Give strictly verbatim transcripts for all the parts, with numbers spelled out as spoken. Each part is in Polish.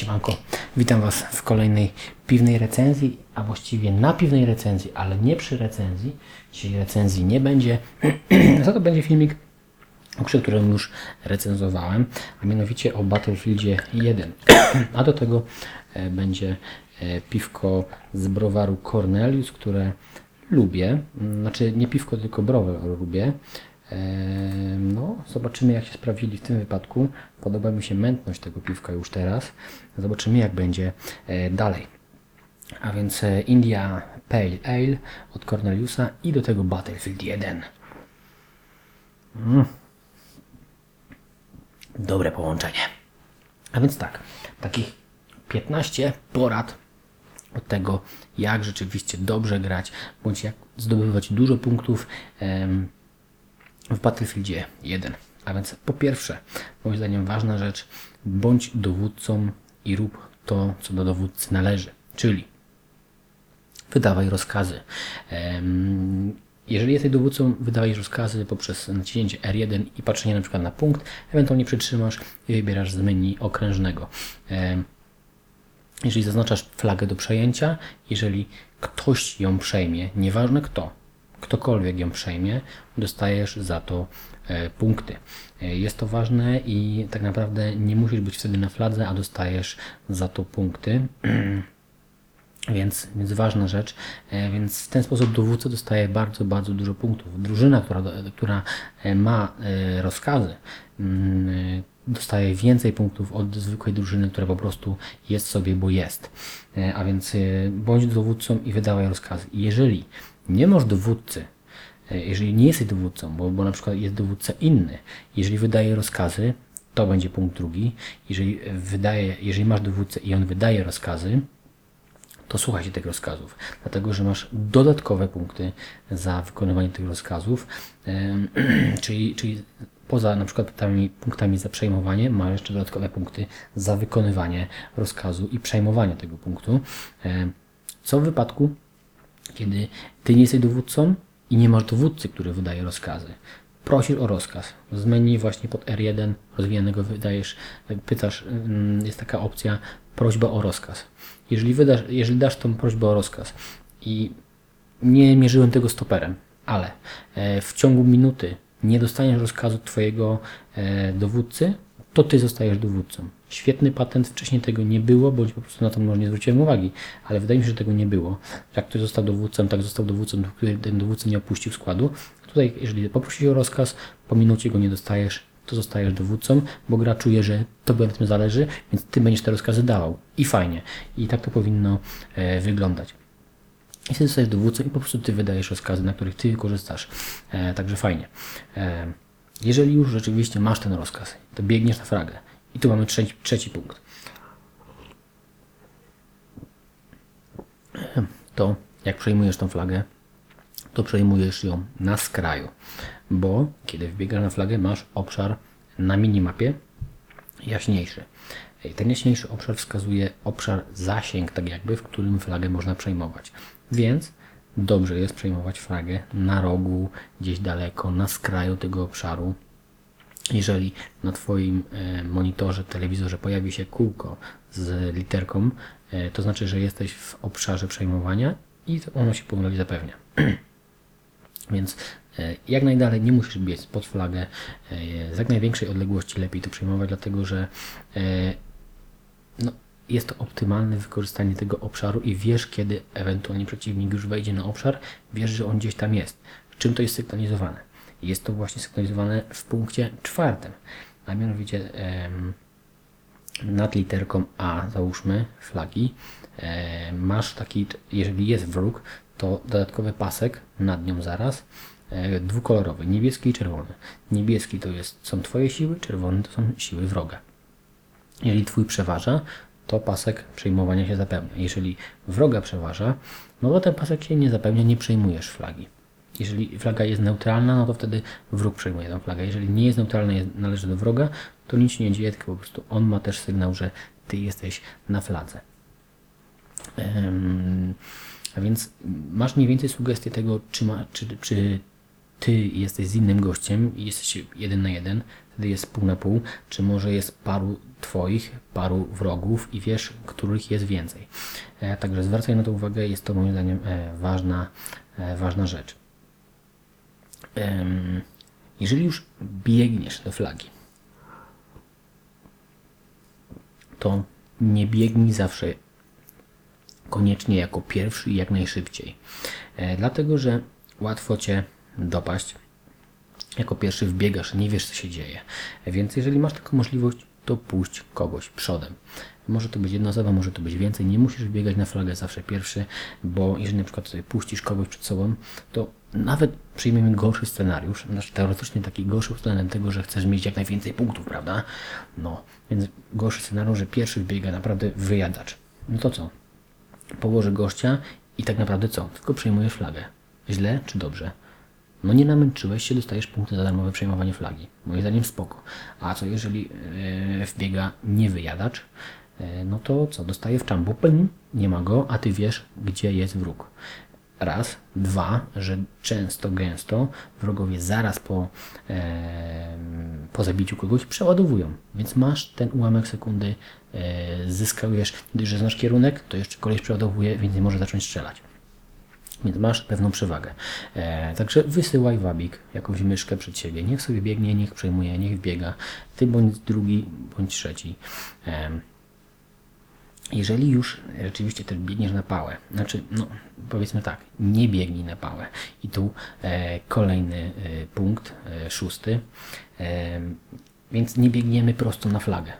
Siemanko, witam Was w kolejnej piwnej recenzji, a właściwie na piwnej recenzji, ale nie przy recenzji. Dzisiaj recenzji nie będzie, za to będzie filmik, przy którym już recenzowałem, a mianowicie o Battlefieldzie jeden. A do tego e, będzie e, piwko z browaru Cornelius, które lubię, znaczy nie piwko, tylko browar lubię. No, zobaczymy, jak się sprawdzili w tym wypadku. Podoba mi się mętność tego piwka już teraz. Zobaczymy, jak będzie dalej. A więc India Pale Ale od Corneliusa i do tego Battlefield jeden. Mm. Dobre połączenie. A więc tak, takich piętnaście porad od tego, jak rzeczywiście dobrze grać, bądź jak zdobywać dużo punktów w Battlefieldzie jeden. A więc po pierwsze, moim zdaniem ważna rzecz, bądź dowódcą i rób to, co do dowódcy należy. Czyli wydawaj rozkazy. Jeżeli jesteś dowódcą, wydawaj rozkazy poprzez naciśnięcie R jeden i patrzenie na przykład na punkt, ewentualnie przytrzymasz i wybierasz z menu okrężnego. Jeżeli zaznaczasz flagę do przejęcia, jeżeli ktoś ją przejmie, nieważne kto, ktokolwiek ją przejmie, dostajesz za to e, punkty. E, jest to ważne i tak naprawdę nie musisz być wtedy na fladze, a dostajesz za to punkty. Więc, więc ważna rzecz. E, więc w ten sposób dowódca dostaje bardzo, bardzo dużo punktów. Drużyna, która, która ma e, rozkazy, mm, dostaje więcej punktów od zwykłej drużyny, która po prostu jest sobie, bo jest. E, a więc e, bądź dowódcą i wydawaj rozkazy. Jeżeli nie masz dowódcy, jeżeli nie jesteś dowódcą, bo, bo na przykład jest dowódca inny, jeżeli wydaje rozkazy, to będzie punkt drugi. Jeżeli, wydaje, jeżeli masz dowódcę i on wydaje rozkazy, to słuchaj się tych rozkazów, dlatego że masz dodatkowe punkty za wykonywanie tych rozkazów, czyli, czyli poza na przykład punktami, punktami za przejmowanie, masz jeszcze dodatkowe punkty za wykonywanie rozkazu i przejmowanie tego punktu. Co w wypadku, kiedy ty nie jesteś dowódcą i nie masz dowódcy, który wydaje rozkazy? Prosisz o rozkaz. Z menu właśnie pod R jeden rozwijanego wydajesz, pytasz, jest taka opcja prośba o rozkaz. Jeżeli, wydasz, jeżeli dasz tą prośbę o rozkaz i nie mierzyłem tego stoperem, ale w ciągu minuty nie dostaniesz rozkazu twojego dowódcy, to ty zostajesz dowódcą. Świetny patent, wcześniej tego nie było, bądź po prostu na to może nie zwróciłem uwagi, ale wydaje mi się, że tego nie było. Jak ktoś został dowódcą, tak został dowódcą, ten dowódca nie opuścił składu. Tutaj, jeżeli poprosisz o rozkaz, po minucie go nie dostajesz, to zostajesz dowódcą, bo gra czuje, że tobie na tym zależy, więc ty będziesz te rozkazy dawał. I fajnie. I tak to powinno e, wyglądać. I ty zostajesz dowódcą i po prostu ty wydajesz rozkazy, na których ty korzystasz. E, także fajnie. E, jeżeli już rzeczywiście masz ten rozkaz, to biegniesz na flagę. I tu mamy trzeci, trzeci punkt. To jak przejmujesz tą flagę, to przejmujesz ją na skraju, bo kiedy wbiegasz na flagę, masz obszar na minimapie jaśniejszy. Ten jaśniejszy obszar wskazuje obszar zasięg, tak jakby, w którym flagę można przejmować. Więc dobrze jest przejmować flagę na rogu, gdzieś daleko, na skraju tego obszaru. Jeżeli na Twoim monitorze, telewizorze pojawi się kółko z literką, to znaczy, że jesteś w obszarze przejmowania i ono się powoli zapewnia. Więc jak najdalej nie musisz biec pod flagę, z jak największej odległości lepiej to przejmować, dlatego że no, jest to optymalne wykorzystanie tego obszaru i wiesz, kiedy ewentualnie przeciwnik już wejdzie na obszar, wiesz, że on gdzieś tam jest. Czym to jest sygnalizowane? Jest to właśnie sygnalizowane w punkcie czwartym, a mianowicie em, nad literką A, załóżmy, flagi, e, masz taki, jeżeli jest wróg, to dodatkowy pasek nad nią zaraz, e, dwukolorowy, niebieski i czerwony. Niebieski to jest, są Twoje siły, czerwony to są siły wroga. Jeżeli Twój przeważa, to pasek przejmowania się zapełnia. Jeżeli wroga przeważa, no to ten pasek się nie zapełnia, nie przejmujesz flagi. Jeżeli flaga jest neutralna, no to wtedy wróg przejmuje tę flagę. Jeżeli nie jest neutralna, jest, należy do wroga, to nic się nie dzieje, tylko po prostu on ma też sygnał, że Ty jesteś na fladze. Um, a więc masz mniej więcej sugestię tego, czy, ma, czy, czy ty jesteś z innym gościem i jesteś jeden na jeden, wtedy jest pół na pół, czy może jest paru twoich, paru wrogów i wiesz, których jest więcej. E, także zwracaj na to uwagę, jest to moim zdaniem e, ważna, e, ważna rzecz. E, jeżeli już biegniesz do flagi, to nie biegnij zawsze koniecznie jako pierwszy i jak najszybciej. E, dlatego, że łatwo cię dopaść. Jako pierwszy wbiegasz, nie wiesz co się dzieje. E, więc jeżeli masz taką możliwość, to puść kogoś przodem. Może to być jedna osoba, może to być więcej. Nie musisz biegać na flagę zawsze pierwszy, bo jeżeli na przykład sobie puścisz kogoś przed sobą, to nawet przyjmiemy gorszy scenariusz, znaczy teoretycznie taki gorszy względem tego, że chcesz mieć jak najwięcej punktów, prawda? No, więc gorszy scenariusz, że pierwszy wbiega naprawdę wyjadacz. No to co? Położy gościa i tak naprawdę co? Tylko przejmujesz flagę. Źle czy dobrze? No nie namęczyłeś się, dostajesz punkty za darmowe przejmowanie flagi. Moim zdaniem spoko. A co jeżeli yy, wbiega niewyjadacz? Yy, no to co? Dostaje w czambu, pym, nie ma go, a ty wiesz, gdzie jest wróg. Raz. Dwa, że często, gęsto wrogowie zaraz po, e, po zabiciu kogoś przeładowują. Więc masz ten ułamek sekundy, e, zyskujesz, gdyż że znasz kierunek, to jeszcze koleś przeładowuje, więc nie może zacząć strzelać. Więc masz pewną przewagę. E, także wysyłaj wabik, jakąś myszkę przed siebie. Niech sobie biegnie, niech przejmuje, niech biega. Ty bądź drugi, bądź trzeci. E, Jeżeli już rzeczywiście też biegniesz na pałę, znaczy, no powiedzmy tak, nie biegnij na pałę. I tu e, kolejny e, punkt, e, szósty, e, więc nie biegniemy prosto na flagę.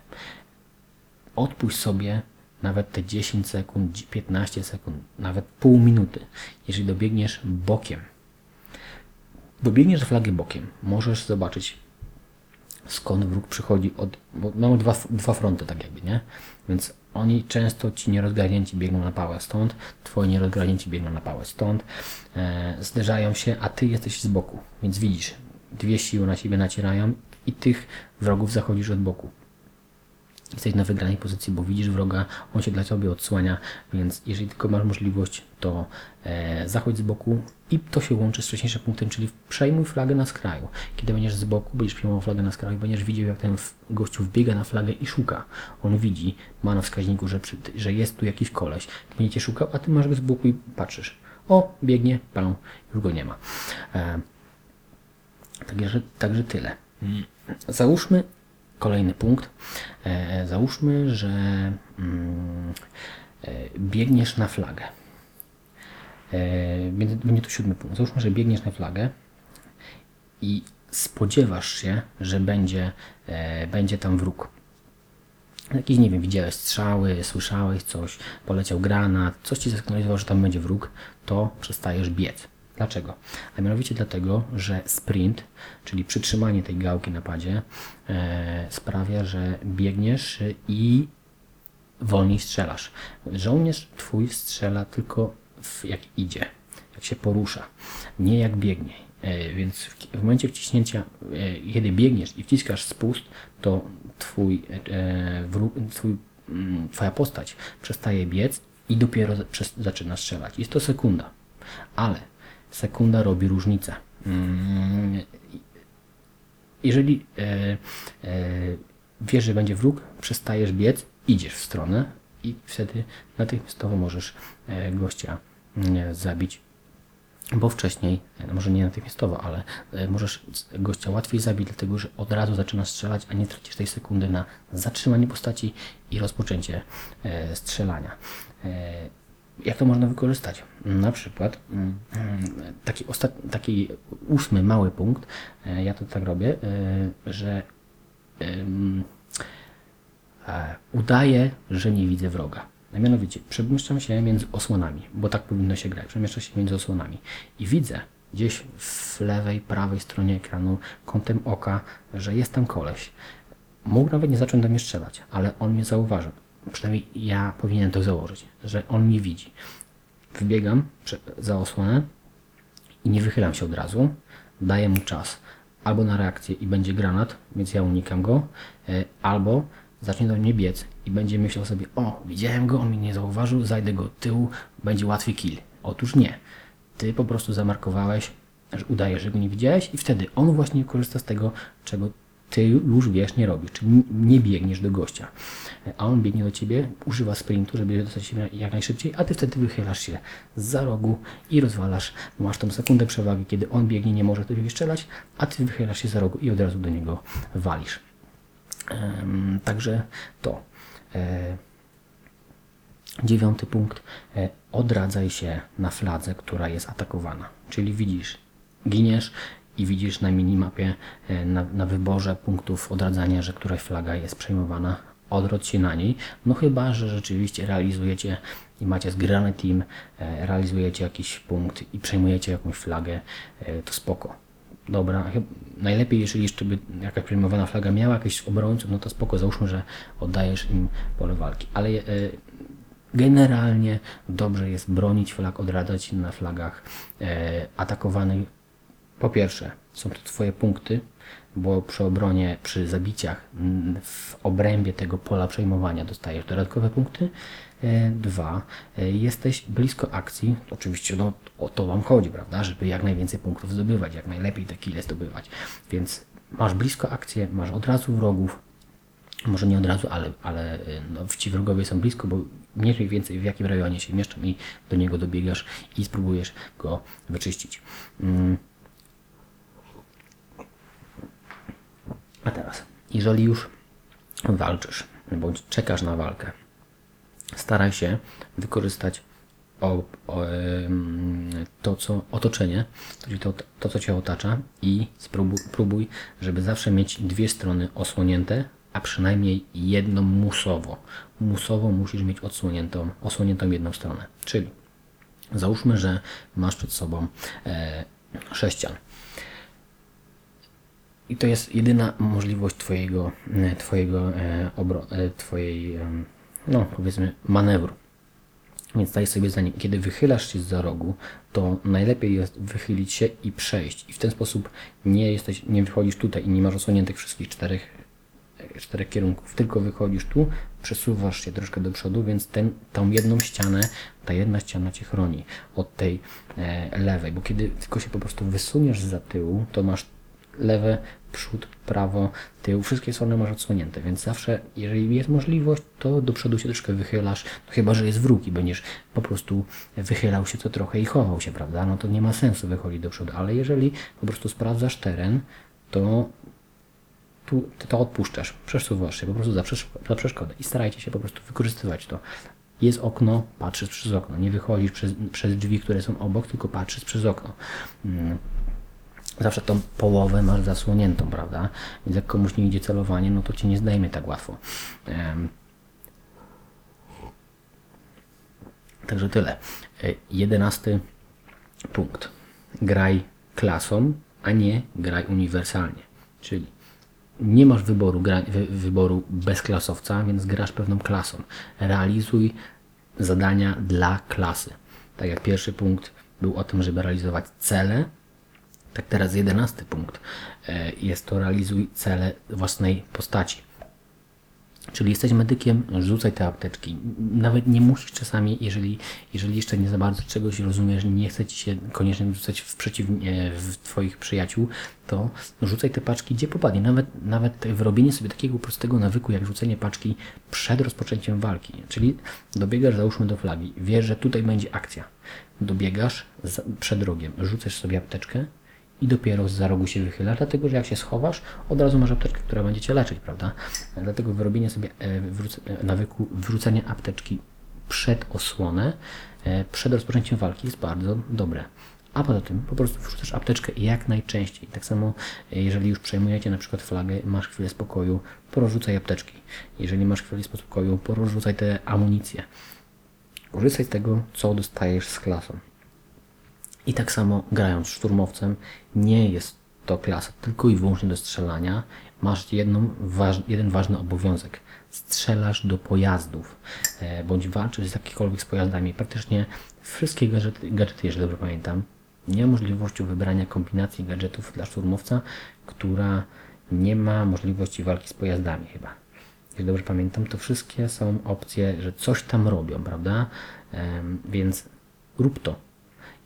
Odpuść sobie nawet te dziesięć sekund, piętnaście sekund, nawet pół minuty, jeżeli dobiegniesz bokiem. Dobiegniesz na flagę bokiem, możesz zobaczyć, skąd wróg przychodzi od, bo mamy dwa, dwa fronty tak jakby, nie? Więc oni często ci nierozgarnięci biegną na pałę stąd, twoi nierozgarnięci biegną na pałę stąd, e, zderzają się, a ty jesteś z boku, więc widzisz, dwie siły na siebie nacierają i tych wrogów zachodzisz od boku. Jesteś na wygranej pozycji, bo widzisz wroga, on się dla ciebie odsłania, więc jeżeli tylko masz możliwość, to e, zachodź z boku i to się łączy z wcześniejszym punktem, czyli przejmuj flagę na skraju. Kiedy będziesz z boku, będziesz przejmował flagę na skraju, będziesz widział, jak ten gościu wbiega na flagę i szuka. On widzi, ma na wskaźniku, że, przy, że jest tu jakiś koleś. Będzie cię szukał, a ty masz go z boku i patrzysz. O, biegnie, palą, już go nie ma. E, także, także tyle. Załóżmy, kolejny punkt. E, załóżmy, że mm, e, biegniesz na flagę. E, będzie, będzie to siódmy punkt. Załóżmy, że biegniesz na flagę i spodziewasz się, że będzie, e, będzie tam wróg. Jakiś, nie wiem, widziałeś strzały, słyszałeś coś, poleciał granat, coś ci zasygnalizowało, że tam będzie wróg, to przestajesz biec. Dlaczego? A mianowicie dlatego, że sprint, czyli przytrzymanie tej gałki na padzie, e, sprawia, że biegniesz i wolniej strzelasz. Żołnierz twój strzela tylko w, jak idzie, jak się porusza, nie jak biegnie. E, więc w, w momencie wciśnięcia, e, kiedy biegniesz i wciskasz spust, to twój, e, wróg, twój, m, twoja postać przestaje biec i dopiero zaczyna strzelać. Jest to sekunda. Ale sekunda robi różnicę. Jeżeli e, e, wiesz, że będzie wróg, przestajesz biec, idziesz w stronę i wtedy natychmiastowo możesz e, gościa e, zabić, bo wcześniej, no może nie natychmiastowo, ale e, możesz gościa łatwiej zabić, dlatego że od razu zaczynasz strzelać, a nie tracisz tej sekundy na zatrzymanie postaci i rozpoczęcie e, strzelania. E, Jak to można wykorzystać? Na przykład taki, ostat... taki ósmy mały punkt, ja to tak robię, że udaję, że nie widzę wroga. A mianowicie przemieszczam się między osłonami, bo tak powinno się grać. Przemieszczam się między osłonami i widzę gdzieś w lewej, prawej stronie ekranu kątem oka, że jest tam koleś. Mógł nawet nie zacząć do mnie strzelać, ale on mnie zauważył. Przynajmniej ja powinienem to założyć, że on mnie widzi. Wbiegam za osłonę i nie wychylam się od razu. Daję mu czas albo na reakcję i będzie granat, więc ja unikam go, albo zacznie do mnie biec i będzie myślał sobie, o, widziałem go, on mnie nie zauważył, zajdę go od tyłu, będzie łatwy kill. Otóż nie. Ty po prostu zamarkowałeś że udajesz, że go nie widziałeś i wtedy on właśnie korzysta z tego, czego ty już wiesz, nie robisz, czyli nie biegniesz do gościa, a on biegnie do ciebie, używa sprintu, żeby dostać się jak najszybciej, a ty wtedy wychylasz się zza rogu i rozwalasz, masz tą sekundę przewagi, kiedy on biegnie, nie może do ciebie strzelać, a ty wychylasz się za rogu i od razu do niego walisz. Ehm, także to. Ehm, dziewiąty punkt. Ehm, odradzaj się na fladze, która jest atakowana, czyli widzisz, giniesz, i widzisz na minimapie, na, na wyborze punktów odradzania, że któraś flaga jest przejmowana, odwróć się na niej. No chyba, że rzeczywiście realizujecie i macie zgrany team, realizujecie jakiś punkt i przejmujecie jakąś flagę, to spoko. Dobra, najlepiej jeżeli jeszcze by jakaś przejmowana flaga miała jakichś obrońców, no to spoko, załóżmy, że oddajesz im pole walki. Ale generalnie dobrze jest bronić flag, odradzać na flagach atakowanych. Po pierwsze, są to Twoje punkty, bo przy obronie, przy zabiciach w obrębie tego pola przejmowania dostajesz dodatkowe punkty. Dwa, jesteś blisko akcji, oczywiście no, o to Wam chodzi, prawda, żeby jak najwięcej punktów zdobywać, jak najlepiej te kile zdobywać, więc masz blisko akcję, masz od razu wrogów, może nie od razu, ale, ale no, ci wrogowie są blisko, bo mniej więcej w jakim rejonie się mieszczą i do niego dobiegasz i spróbujesz go wyczyścić. A teraz, jeżeli już walczysz, bądź czekasz na walkę, staraj się wykorzystać o, o, to, co otoczenie, czyli to, to, co Cię otacza i spróbuj, próbuj, żeby zawsze mieć dwie strony osłonięte, a przynajmniej jedną musowo. Musowo musisz mieć odsłoniętą, osłoniętą jedną stronę. Czyli załóżmy, że masz przed sobą e, sześcian. I to jest jedyna możliwość Twojego, twojego e, obro, e, Twojej, e, no powiedzmy, manewru. Więc daj sobie za nim. Kiedy wychylasz się zza rogu, to najlepiej jest wychylić się i przejść. I w ten sposób nie jesteś, nie wychodzisz tutaj i nie masz osłoniętych wszystkich czterech, czterech kierunków, tylko wychodzisz tu, przesuwasz się troszkę do przodu, więc ten, tą jedną ścianę, ta jedna ściana Cię chroni od tej e, lewej, bo kiedy tylko się po prostu wysuniesz za tyłu, to masz lewe, przód, prawo, tył, wszystkie strony masz odsłonięte, więc zawsze, jeżeli jest możliwość, to do przodu się troszkę wychylasz, no chyba, że jest wróg i będziesz po prostu wychylał się co trochę i chował się, prawda, no to nie ma sensu wychodzić do przodu, ale jeżeli po prostu sprawdzasz teren, to tu to odpuszczasz, przesuwasz się po prostu za, przesz za przeszkodę i starajcie się po prostu wykorzystywać to. Jest okno, patrzysz przez okno, nie wychodzisz przez, przez drzwi, które są obok, tylko patrzysz przez okno. Hmm. Zawsze tą połowę masz zasłoniętą, prawda? Więc jak komuś nie idzie celowanie, no to Cię nie zdejmie tak łatwo. Um. Także tyle. Jedenasty punkt. Graj klasą, a nie graj uniwersalnie. Czyli nie masz wyboru, gra, wy, wyboru bez klasowca, więc grasz pewną klasą. Realizuj zadania dla klasy. Tak jak pierwszy punkt był o tym, żeby realizować cele, tak teraz jedenasty punkt jest to realizuj cele własnej postaci. Czyli jesteś medykiem, rzucaj te apteczki. Nawet nie musisz czasami, jeżeli, jeżeli jeszcze nie za bardzo czegoś rozumiesz, nie chce Ci się koniecznie rzucać w, przeciwnie, w Twoich przyjaciół, to rzucaj te paczki gdzie popadnie. Nawet, nawet wyrobienie sobie takiego prostego nawyku, jak rzucenie paczki przed rozpoczęciem walki. Czyli dobiegasz, załóżmy do flagi, wiesz, że tutaj będzie akcja. Dobiegasz za, przed rogiem, rzucasz sobie apteczkę, i dopiero zza rogu się wychylasz, dlatego że jak się schowasz, od razu masz apteczkę, która będzie Cię leczyć, prawda? Dlatego wyrobienie sobie nawyku wrzucenia apteczki przed osłonę, przed rozpoczęciem walki jest bardzo dobre. A poza tym po prostu wrzucasz apteczkę jak najczęściej. Tak samo jeżeli już przejmujecie na przykład flagę, masz chwilę spokoju, porozrzucaj apteczki. Jeżeli masz chwilę spokoju, porozrzucaj te amunicje. Korzystaj z tego, co dostajesz z klasą. I tak samo grając szturmowcem, nie jest to klasa tylko i wyłącznie do strzelania. Masz jedną, waż, jeden ważny obowiązek. Strzelasz do pojazdów, e, bądź walczysz z jakikolwiek z pojazdami. Praktycznie wszystkie gadżety, gadżety, jeżeli dobrze pamiętam, nie ma możliwości wybrania kombinacji gadżetów dla szturmowca, która nie ma możliwości walki z pojazdami chyba. Jeśli dobrze pamiętam, to wszystkie są opcje, że coś tam robią, prawda? E, więc rób to.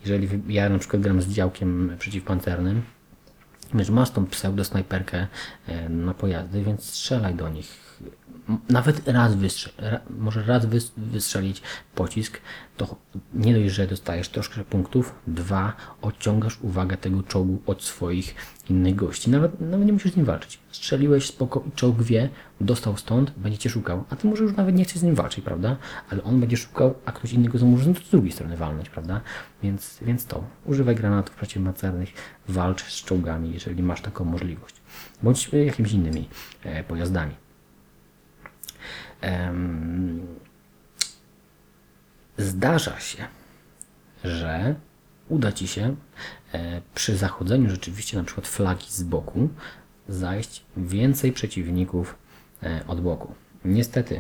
Jeżeli ja na przykład gram z działkiem przeciwpancernym, wiesz, masz tą pseudo-snajperkę na pojazdy, więc strzelaj do nich. Nawet raz wystrzelić, może raz wystrzelić pocisk, to nie dość, że dostajesz troszkę punktów, dwa, odciągasz uwagę tego czołgu od swoich innych gości. Nawet, nawet nie musisz z nim walczyć. Strzeliłeś, spoko, i czołg wie, dostał stąd, będzie cię szukał, a ty może już nawet nie chcesz z nim walczyć, prawda? Ale on będzie szukał, a ktoś inny go może z drugiej strony walnąć, prawda? Więc, więc to, używaj granatów przeciwpancernych, walcz z czołgami, jeżeli masz taką możliwość. Bądź jakimiś innymi e, pojazdami. Zdarza się, że uda Ci się przy zachodzeniu rzeczywiście na przykład flagi z boku zajść więcej przeciwników od boku. Niestety,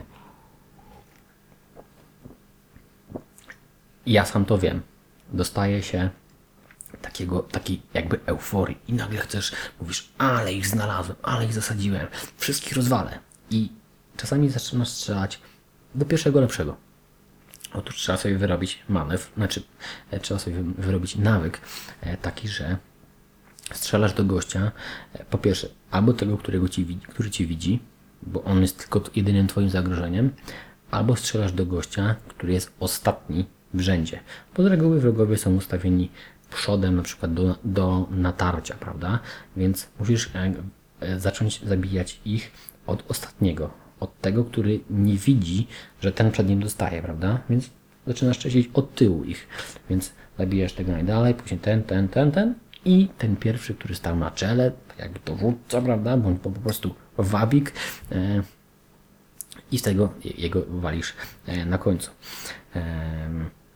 ja sam to wiem, dostaje się takiego, takiej jakby euforii i nagle chcesz, mówisz, ale ich znalazłem, ale ich zasadziłem, wszystkich rozwalę i czasami zaczynasz strzelać do pierwszego lepszego. Otóż trzeba sobie wyrobić manewr, znaczy trzeba sobie wyrobić nawyk taki, że strzelasz do gościa, po pierwsze, albo tego, którego ci, który Cię widzi, bo on jest tylko jedynym Twoim zagrożeniem, albo strzelasz do gościa, który jest ostatni w rzędzie. Bo z reguły wrogowie są ustawieni przodem na przykład do, do natarcia, prawda? Więc musisz zacząć zabijać ich od ostatniego, od tego, który nie widzi, że ten przed nim dostaje, prawda? Więc zaczynasz czyścić od tyłu ich. Więc zabijasz tego najdalej, później ten, ten, ten, ten i ten pierwszy, który stał na czele, jakby dowódca, prawda? Bądź po, po prostu wabik e, i z tego jego walisz e, na końcu. E,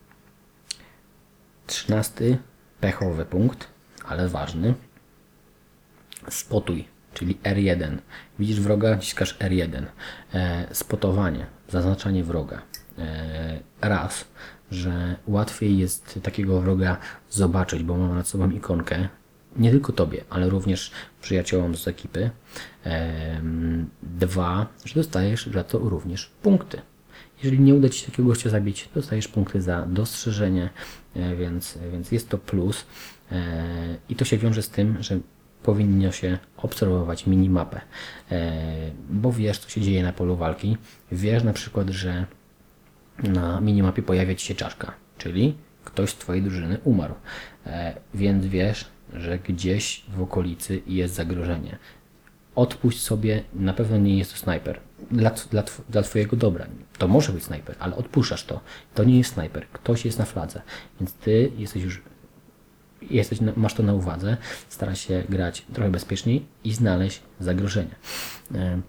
trzynasty pechowy punkt, ale ważny. Spotuj, czyli R jeden. Widzisz wroga, naciskasz R jeden. E, spotowanie, zaznaczanie wroga. E, raz, że łatwiej jest takiego wroga zobaczyć, bo mamy nad sobą ikonkę. Nie tylko Tobie, ale również przyjaciołom z ekipy. E, dwa, że dostajesz za to również punkty. Jeżeli nie uda Ci się takiego gościa zabić, dostajesz punkty za dostrzeżenie, e, więc, więc jest to plus. E, I to się wiąże z tym, że powinno się obserwować minimapę, e, bo wiesz, co się dzieje na polu walki. Wiesz na przykład, że na minimapie pojawia Ci się czaszka, czyli ktoś z Twojej drużyny umarł, e, więc wiesz, że gdzieś w okolicy jest zagrożenie. Odpuść sobie, na pewno nie jest to snajper. Dla, dla, dla Twojego dobra. To może być snajper, ale odpuszczasz to. To nie jest snajper. Ktoś jest na fladze, więc Ty jesteś już Jesteś, masz to na uwadze, stara się grać trochę bezpieczniej i znaleźć zagrożenie. E,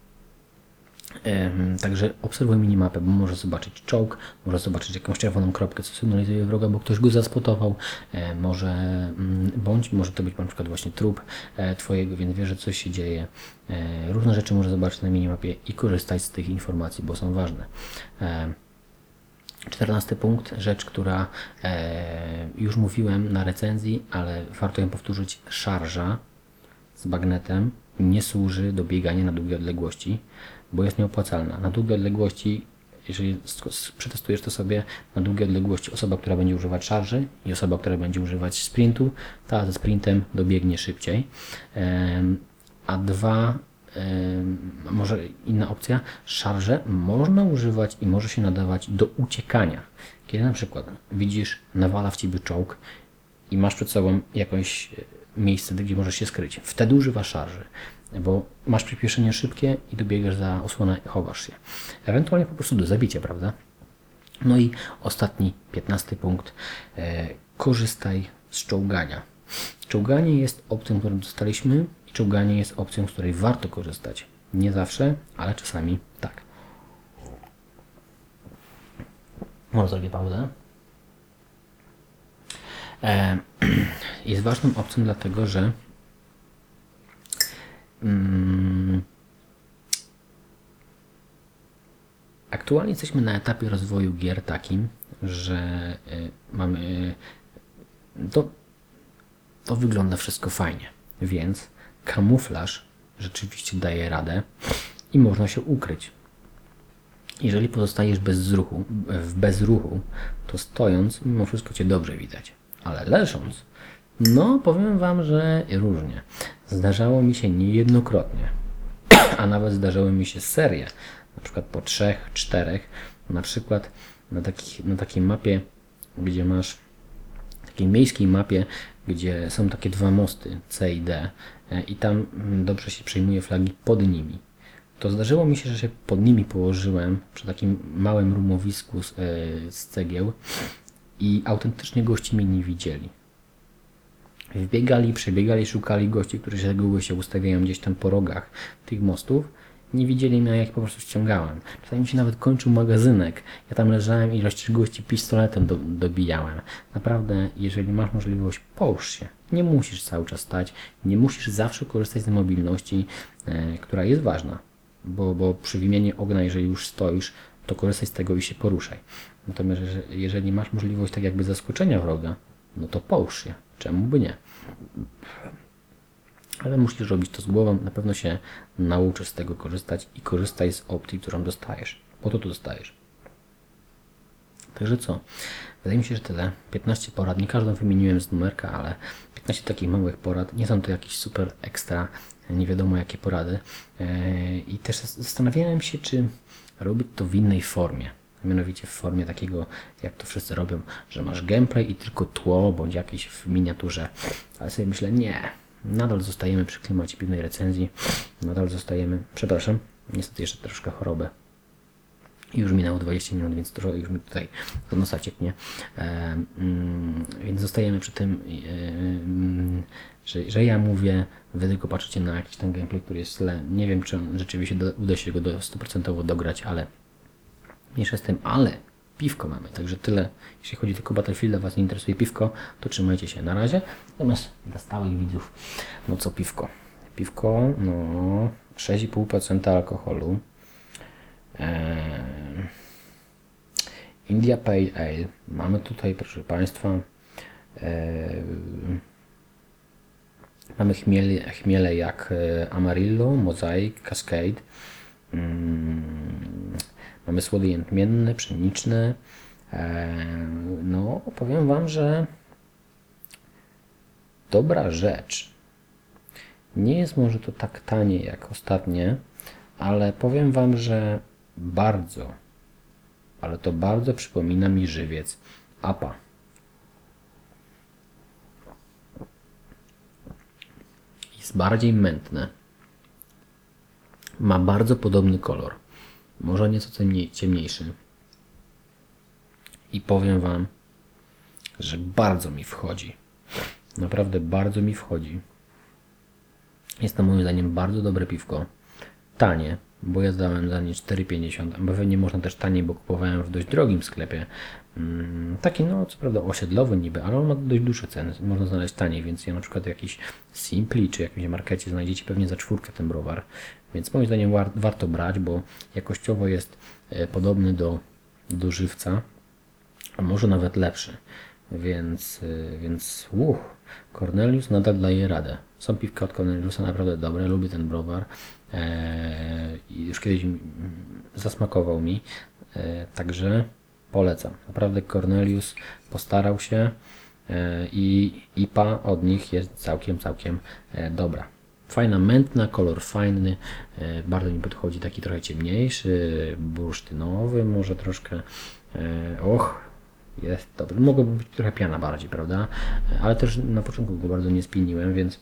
e, także obserwuj minimapę, bo możesz zobaczyć czołg, możesz zobaczyć jakąś czerwoną kropkę, co sygnalizuje wroga, bo ktoś go zaspotował, e, może, m, bądź może to być na przykład właśnie trup e, Twojego, więc wiesz, że coś się dzieje. E, różne rzeczy możesz zobaczyć na minimapie i korzystać z tych informacji, bo są ważne. E, czternasty punkt, rzecz, która e, już mówiłem na recenzji, ale warto ją powtórzyć. Szarża z bagnetem nie służy do biegania na długie odległości, bo jest nieopłacalna. Na długie odległości, jeżeli przetestujesz to sobie, na długie odległości osoba, która będzie używać szarży i osoba, która będzie używać sprintu, ta ze sprintem dobiegnie szybciej. E, a dwa, może inna opcja, szarże można używać i może się nadawać do uciekania. Kiedy na przykład widzisz, nawala w Ciebie czołg i masz przed sobą jakieś miejsce, gdzie możesz się skryć. Wtedy używasz szarży, bo masz przyspieszenie szybkie i dobiegasz za osłonę i chowasz się. Ewentualnie po prostu do zabicia, prawda? No i ostatni, piętnasty punkt. E, korzystaj z czołgania. Czołganie jest opcją, którą dostaliśmy. Czołganie jest opcją, z której warto korzystać. Nie zawsze, ale czasami tak. Może zrobię pauzę. E, jest ważną opcją dlatego, że mm, aktualnie jesteśmy na etapie rozwoju gier takim, że y, mamy y, to, to wygląda wszystko fajnie, więc kamuflaż rzeczywiście daje radę i można się ukryć. Jeżeli pozostajesz bez ruchu, w bezruchu, to stojąc mimo wszystko Cię dobrze widać. ale leżąc, no powiem Wam, że różnie. Zdarzało mi się niejednokrotnie, a nawet zdarzały mi się serie, na przykład po trzech, czterech, na przykład na, takich, na takiej mapie, gdzie masz, takiej miejskiej mapie, gdzie są takie dwa mosty C i D i tam dobrze się przyjmuje flagi pod nimi. To zdarzyło mi się, że się pod nimi położyłem przy takim małym rumowisku z, yy, z cegieł i autentycznie gości mnie nie widzieli. Wbiegali, przebiegali, szukali gości, którzy z reguły się ustawiają gdzieś tam po rogach tych mostów. Nie widzieli mnie, jak po prostu ściągałem. Czasami się nawet kończył magazynek. Ja tam leżałem i ilość gości pistoletem do, dobijałem. Naprawdę, jeżeli masz możliwość, połóż się. Nie musisz cały czas stać. Nie musisz zawsze korzystać z mobilności, e, która jest ważna. Bo, bo przy wymianie ognia, jeżeli już stoisz, to korzystaj z tego i się poruszaj. Natomiast jeżeli masz możliwość tak jakby zaskoczenia wroga, no to połóż się. Czemu by nie? Ale musisz robić to z głową, na pewno się nauczysz z tego korzystać i korzystaj z opcji, którą dostajesz. Po to tu dostajesz. Także co? Wydaje mi się, że tyle. piętnaście porad. Nie każdą wymieniłem z numerka, ale piętnaście takich małych porad. Nie są to jakieś super ekstra, nie wiadomo jakie porady. I też zastanawiałem się, czy robić to w innej formie. Mianowicie w formie takiego, jak to wszyscy robią, że masz gameplay i tylko tło, bądź jakieś w miniaturze. Ale sobie myślę, nie. Nadal zostajemy przy klimacie piwnej recenzji. Nadal zostajemy, przepraszam, niestety jeszcze troszkę chorobę. Już minęło dwadzieścia minut, więc trochę już mi tutaj do nosa cieknie. E, mm, więc zostajemy przy tym, e, że, że ja mówię, wy tylko patrzycie na jakiś ten gameplay, który jest źle. Nie wiem, czy on rzeczywiście do, uda się go do stu procentów dograć, ale mniejsza z tym, ale piwko mamy, także tyle. Jeśli chodzi tylko o Battlefielda, Was nie interesuje piwko, to trzymajcie się na razie. Natomiast dla stałych widzów, no co piwko? Piwko, no sześć i pół procent alkoholu. Eee, India Pale Ale. Mamy tutaj, proszę Państwa, eee, mamy chmiele, chmiele jak Amarillo, Mosaic, Cascade. Mm, Mamy słody jętmienne, pszeniczne. No, powiem Wam, że dobra rzecz. Nie jest może to tak tanie jak ostatnie, ale powiem Wam, że bardzo, ale to bardzo przypomina mi żywiec A P A. Jest bardziej mętne. Ma bardzo podobny kolor. Może nieco ciemniejszy. I powiem Wam, że bardzo mi wchodzi. Naprawdę bardzo mi wchodzi. Jest to moim zdaniem bardzo dobre piwko. Tanie, bo ja dałem za nie cztery pięćdziesiąt, a pewnie można też taniej, bo kupowałem w dość drogim sklepie. Taki, no co prawda osiedlowy niby, ale on ma dość duże ceny. Można znaleźć taniej, więc ja na przykład jakiś Simpli czy jakimś markecie znajdziecie pewnie za czwórkę ten browar. Więc moim zdaniem war, warto brać, bo jakościowo jest e, podobny do, do żywca, a może nawet lepszy. Więc, e, więc uch, Cornelius nadal daje radę. Są piwka od Corneliusa naprawdę dobre, lubię ten browar. E, I już kiedyś zasmakował mi, e, także polecam. Naprawdę Cornelius postarał się e, i I P A od nich jest całkiem, całkiem e, dobra. Fajna, mętna, kolor fajny, e, bardzo mi podchodzi, taki trochę ciemniejszy, bursztynowy może troszkę. E, och, jest dobry. Mogłoby być trochę piana bardziej, prawda? E, ale też na początku go bardzo nie spieniłem, więc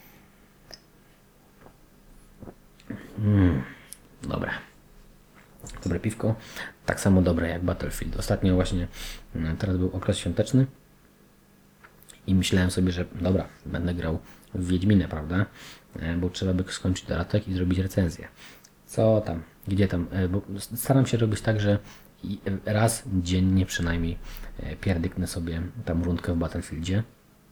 mm, dobre. Dobre piwko, tak samo dobre jak Battlefield. Ostatnio właśnie, teraz był okres świąteczny i myślałem sobie, że dobra, będę grał w Wiedźminę, prawda? Bo trzeba by skończyć dodatek i zrobić recenzję. Co tam, gdzie tam, bo staram się robić tak, że raz dziennie przynajmniej pierdyknę sobie tam rundkę w Battlefieldzie.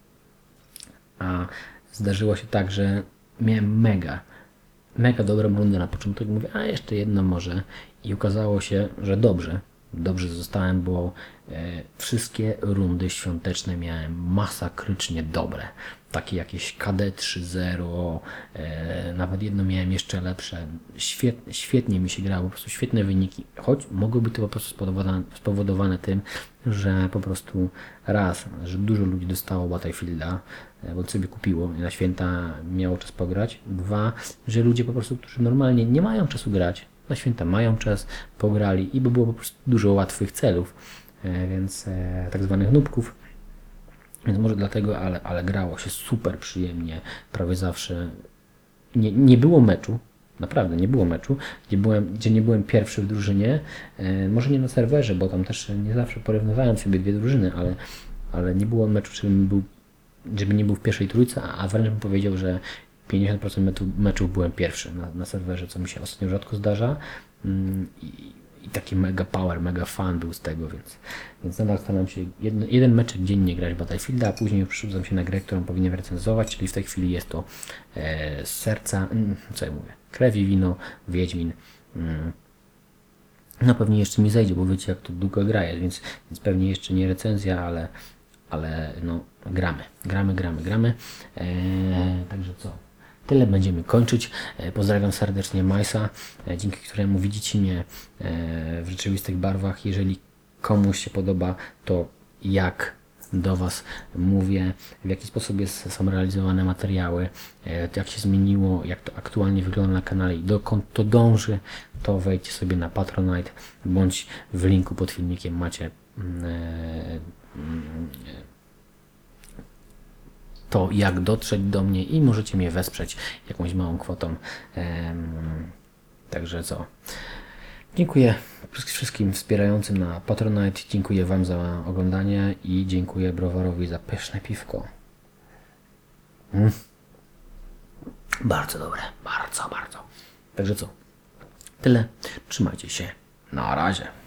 A zdarzyło się tak, że miałem mega, mega dobrą rundę na początku i mówię, a jeszcze jedno może. I okazało się, że dobrze, dobrze zostałem, bo e, wszystkie rundy świąteczne miałem masakrycznie dobre. Takie jakieś K D trzy zero, e, nawet jedno miałem jeszcze lepsze. Świetnie, świetnie mi się grało, po prostu świetne wyniki. Choć mogłoby to po prostu spowodowane, spowodowane tym, że po prostu raz, że dużo ludzi dostało Battlefielda, e, bo sobie kupiło i na święta miało czas pograć. Dwa, że ludzie po prostu, którzy normalnie nie mają czasu grać, na święta mają czas, pograli i by było po prostu dużo łatwych celów, e, więc e, tak zwanych nubków. Więc może dlatego, ale, ale grało się super przyjemnie, prawie zawsze. Nie, nie było meczu, naprawdę nie było meczu, gdzie, byłem, gdzie nie byłem pierwszy w drużynie, e, może nie na serwerze, bo tam też nie zawsze porównywałem sobie dwie drużyny, ale, ale nie było meczu, żebym, był, żeby nie był w pierwszej trójce, a wręcz bym powiedział, że pięćdziesiąt procent meczu, meczów byłem pierwszy na, na serwerze, co mi się ostatnio rzadko zdarza. Mm, i, I taki mega power, mega fan był z tego, więc, więc nadal staram się jedno, jeden meczek dziennie grać w Battlefielda, a później już przerzucam się na grę, którą powinienem recenzować, czyli w tej chwili jest to e, z serca, mm, co ja mówię, Krew i wino, Wiedźmin. Mm. No pewnie jeszcze mi zejdzie, bo wiecie jak to długo gra jest, więc, więc pewnie jeszcze nie recenzja, ale, ale no gramy, gramy, gramy, gramy. E, także co? Tyle będziemy kończyć. Pozdrawiam serdecznie Majsa, dzięki któremu widzicie mnie w rzeczywistych barwach. Jeżeli komuś się podoba to, jak do Was mówię, w jaki sposób jest, są realizowane materiały, jak się zmieniło, jak to aktualnie wygląda na kanale i dokąd to dąży, to wejdźcie sobie na Patronite, bądź w linku pod filmikiem macie to, jak dotrzeć do mnie i możecie mnie wesprzeć jakąś małą kwotą. Ehm, także co? Dziękuję wszystkim wspierającym na Patronite, dziękuję Wam za oglądanie i dziękuję Browarowi za pyszne piwko. Mm. Bardzo dobre, bardzo, bardzo. Także co? Tyle. Trzymajcie się. Na razie.